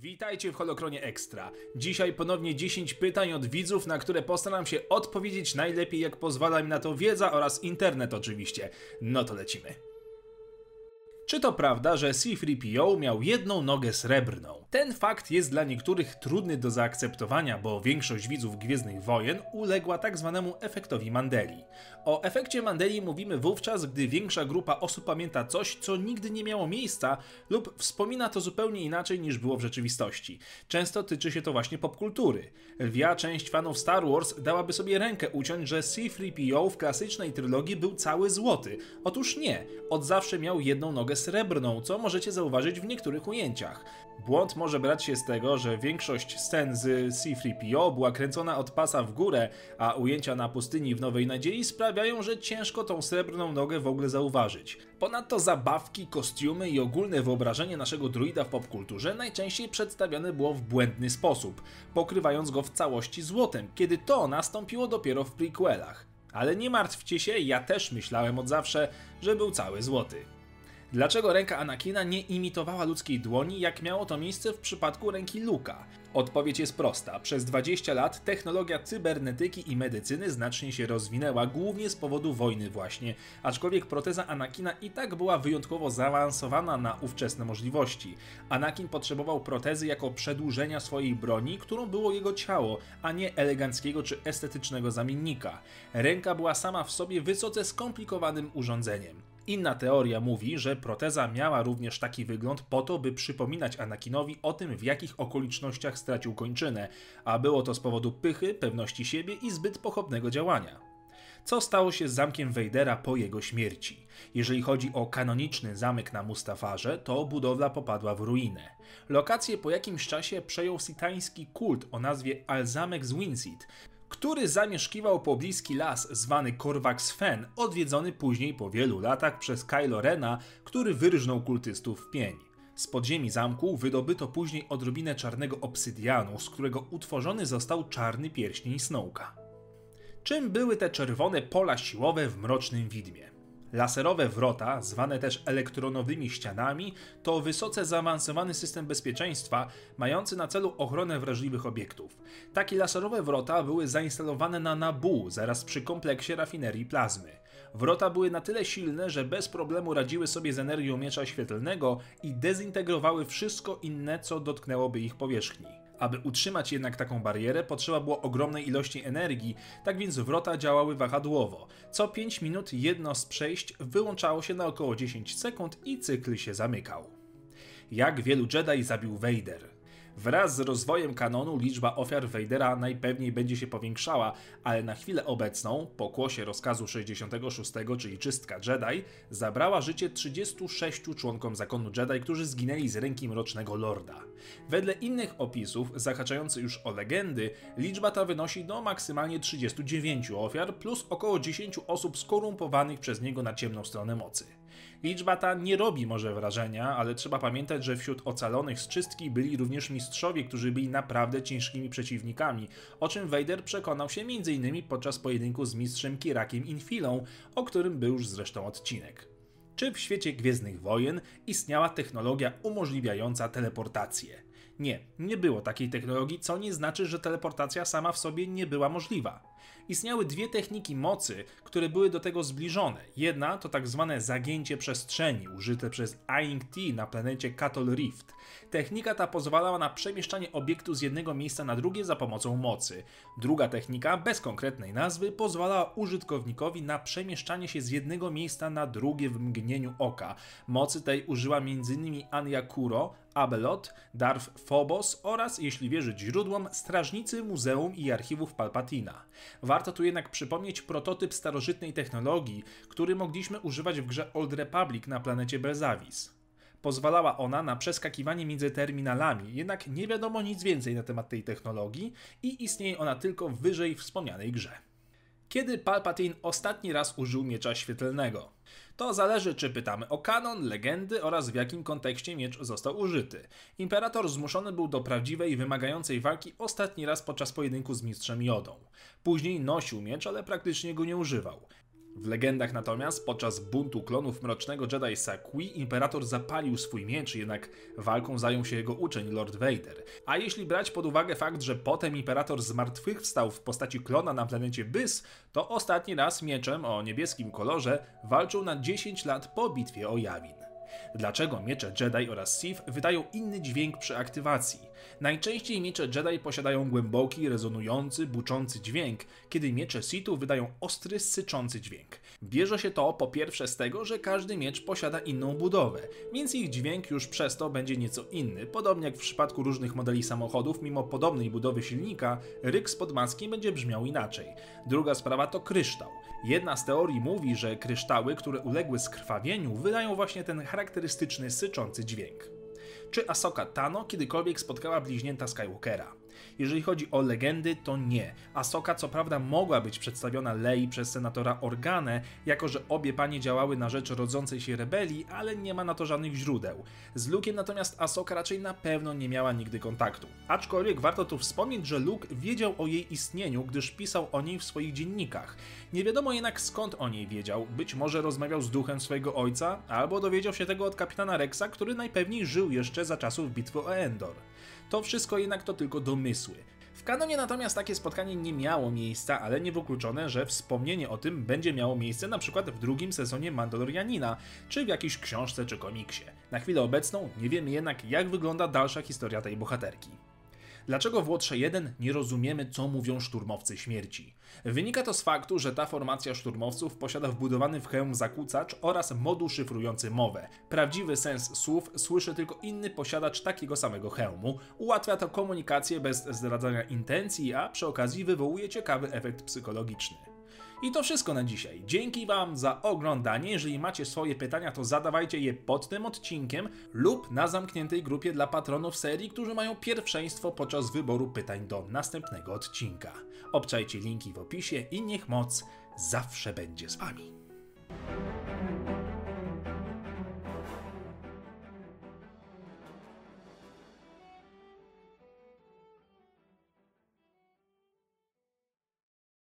Witajcie w Holokronie Extra. Dzisiaj ponownie 10 pytań od widzów, na które postaram się odpowiedzieć najlepiej jak pozwala mi na to wiedza oraz internet oczywiście. No to lecimy. Czy to prawda, że C-3PO miał jedną nogę srebrną? Ten fakt jest dla niektórych trudny do zaakceptowania, bo większość widzów Gwiezdnych Wojen uległa tak zwanemu efektowi Mandeli. O efekcie Mandeli mówimy wówczas, gdy większa grupa osób pamięta coś, co nigdy nie miało miejsca lub wspomina to zupełnie inaczej niż było w rzeczywistości. Często tyczy się to właśnie popkultury. Lwia część fanów Star Wars dałaby sobie rękę uciąć, że C-3PO w klasycznej trylogii był cały złoty. Otóż nie, od zawsze miał jedną nogę srebrną, co możecie zauważyć w niektórych ujęciach. Błąd może brać się z tego, że większość scen z C-3PO była kręcona od pasa w górę, a ujęcia na pustyni w Nowej Nadziei sprawiają, że ciężko tą srebrną nogę w ogóle zauważyć. Ponadto zabawki, kostiumy i ogólne wyobrażenie naszego druida w popkulturze najczęściej przedstawione było w błędny sposób, pokrywając go w całości złotem, kiedy to nastąpiło dopiero w prequelach. Ale nie martwcie się, ja też myślałem od zawsze, że był cały złoty. Dlaczego ręka Anakina nie imitowała ludzkiej dłoni, jak miało to miejsce w przypadku ręki Luka? Odpowiedź jest prosta. Przez 20 lat technologia cybernetyki i medycyny znacznie się rozwinęła, głównie z powodu wojny właśnie, aczkolwiek proteza Anakina i tak była wyjątkowo zaawansowana na ówczesne możliwości. Anakin potrzebował protezy jako przedłużenia swojej broni, którą było jego ciało, a nie eleganckiego czy estetycznego zamiennika. Ręka była sama w sobie wysoce skomplikowanym urządzeniem. Inna teoria mówi, że proteza miała również taki wygląd po to, by przypominać Anakinowi o tym, w jakich okolicznościach stracił kończynę, a było to z powodu pychy, pewności siebie i zbyt pochopnego działania. Co stało się z zamkiem Vadera po jego śmierci? Jeżeli chodzi o kanoniczny zamek na Mustafarze, to budowla popadła w ruinę. Lokację po jakimś czasie przejął sitański kult o nazwie Alzamek z Winseed, który zamieszkiwał pobliski las zwany Korvax Fen, odwiedzony później po wielu latach przez Kylo Rena, który wyrżnął kultystów w pień. Z podziemi zamku wydobyto później odrobinę czarnego obsydianu, z którego utworzony został czarny pierścień Snoke'a. Czym były te czerwone pola siłowe w Mrocznym Widmie? Laserowe wrota, zwane też elektronowymi ścianami, to wysoce zaawansowany system bezpieczeństwa mający na celu ochronę wrażliwych obiektów. Takie laserowe wrota były zainstalowane na Naboo, zaraz przy kompleksie rafinerii plazmy. Wrota były na tyle silne, że bez problemu radziły sobie z energią miecza świetlnego i dezintegrowały wszystko inne, co dotknęłoby ich powierzchni. Aby utrzymać jednak taką barierę, potrzeba było ogromnej ilości energii, tak więc wrota działały wahadłowo. Co 5 minut jedno z przejść wyłączało się na około 10 sekund i cykl się zamykał. Jak wielu Jedi zabił Vader? Wraz z rozwojem kanonu liczba ofiar Vadera najpewniej będzie się powiększała, ale na chwilę obecną, po kłosie rozkazu 66, czyli czystka Jedi, zabrała życie 36 członkom zakonu Jedi, którzy zginęli z ręki Mrocznego Lorda. Wedle innych opisów, zahaczających już o legendy, liczba ta wynosi do maksymalnie 39 ofiar, plus około 10 osób skorumpowanych przez niego na ciemną stronę mocy. Liczba ta nie robi może wrażenia, ale trzeba pamiętać, że wśród ocalonych z czystki byli również mistrzowie, którzy byli naprawdę ciężkimi przeciwnikami, o czym Vader przekonał się m.in. podczas pojedynku z mistrzem Kirakiem Infilą, o którym był już zresztą odcinek. Czy w świecie Gwiezdnych Wojen istniała technologia umożliwiająca teleportację? Nie było takiej technologii, co nie znaczy, że teleportacja sama w sobie nie była możliwa. Istniały dwie techniki mocy, które były do tego zbliżone. Jedna to tak zwane zagięcie przestrzeni, użyte przez Aing-T na planecie Katol Rift. Technika ta pozwalała na przemieszczanie obiektu z jednego miejsca na drugie za pomocą mocy. Druga technika, bez konkretnej nazwy, pozwalała użytkownikowi na przemieszczanie się z jednego miejsca na drugie w mgnieniu oka. Mocy tej użyła m.in. Anya Kuro, Abelot, Darth Phobos oraz, jeśli wierzyć źródłom, strażnicy Muzeum i Archiwów Palpatina. Warto tu jednak przypomnieć prototyp starożytnej technologii, który mogliśmy używać w grze Old Republic na planecie Belzavis. Pozwalała ona na przeskakiwanie między terminalami, jednak nie wiadomo nic więcej na temat tej technologii i istnieje ona tylko w wyżej wspomnianej grze. Kiedy Palpatine ostatni raz użył miecza świetlnego? To zależy, czy pytamy o kanon, legendy oraz w jakim kontekście miecz został użyty. Imperator zmuszony był do prawdziwej i wymagającej walki ostatni raz podczas pojedynku z mistrzem Jodą. Później nosił miecz, ale praktycznie go nie używał. W legendach natomiast podczas buntu klonów Mrocznego Jedi Sakui imperator zapalił swój miecz, jednak walką zajął się jego uczeń Lord Vader. A jeśli brać pod uwagę fakt, że potem imperator zmartwychwstał w postaci klona na planecie Bys, to ostatni raz mieczem o niebieskim kolorze walczył na 10 lat po bitwie o Yavin. Dlaczego miecze Jedi oraz Sith wydają inny dźwięk przy aktywacji? Najczęściej miecze Jedi posiadają głęboki, rezonujący, buczący dźwięk, kiedy miecze Sithów wydają ostry, syczący dźwięk. Bierze się to po pierwsze z tego, że każdy miecz posiada inną budowę, więc ich dźwięk już przez to będzie nieco inny. Podobnie jak w przypadku różnych modeli samochodów, mimo podobnej budowy silnika, ryk spod maski będzie brzmiał inaczej. Druga sprawa to kryształ. Jedna z teorii mówi, że kryształy, które uległy skrwawieniu, wydają właśnie ten charakterystyczny, syczący dźwięk. Czy Ahsoka Tano kiedykolwiek spotkała bliźnięta Skywalkera? Jeżeli chodzi o legendy, to nie. Ahsoka co prawda mogła być przedstawiona Lei przez senatora Organę, jako że obie panie działały na rzecz rodzącej się rebelii, ale nie ma na to żadnych źródeł. Z Luke'iem natomiast Ahsoka raczej na pewno nie miała nigdy kontaktu. Aczkolwiek warto tu wspomnieć, że Luke wiedział o jej istnieniu, gdyż pisał o niej w swoich dziennikach. Nie wiadomo jednak skąd o niej wiedział, być może rozmawiał z duchem swojego ojca, albo dowiedział się tego od kapitana Rexa, który najpewniej żył jeszcze za czasów bitwy o Endor. To wszystko jednak to tylko domysły. W kanonie natomiast takie spotkanie nie miało miejsca, ale niewykluczone, że wspomnienie o tym będzie miało miejsce na przykład w drugim sezonie Mandalorianina, czy w jakiejś książce czy komiksie. Na chwilę obecną nie wiemy jednak, jak wygląda dalsza historia tej bohaterki. Dlaczego w Łotrze 1 nie rozumiemy, co mówią szturmowcy śmierci? Wynika to z faktu, że ta formacja szturmowców posiada wbudowany w hełm zakłócacz oraz moduł szyfrujący mowę. Prawdziwy sens słów słyszy tylko inny posiadacz takiego samego hełmu. Ułatwia to komunikację bez zdradzania intencji, a przy okazji wywołuje ciekawy efekt psychologiczny. I to wszystko na dzisiaj. Dzięki Wam za oglądanie. Jeżeli macie swoje pytania, to zadawajcie je pod tym odcinkiem lub na zamkniętej grupie dla patronów serii, którzy mają pierwszeństwo podczas wyboru pytań do następnego odcinka. Obczajcie linki w opisie i niech moc zawsze będzie z Wami.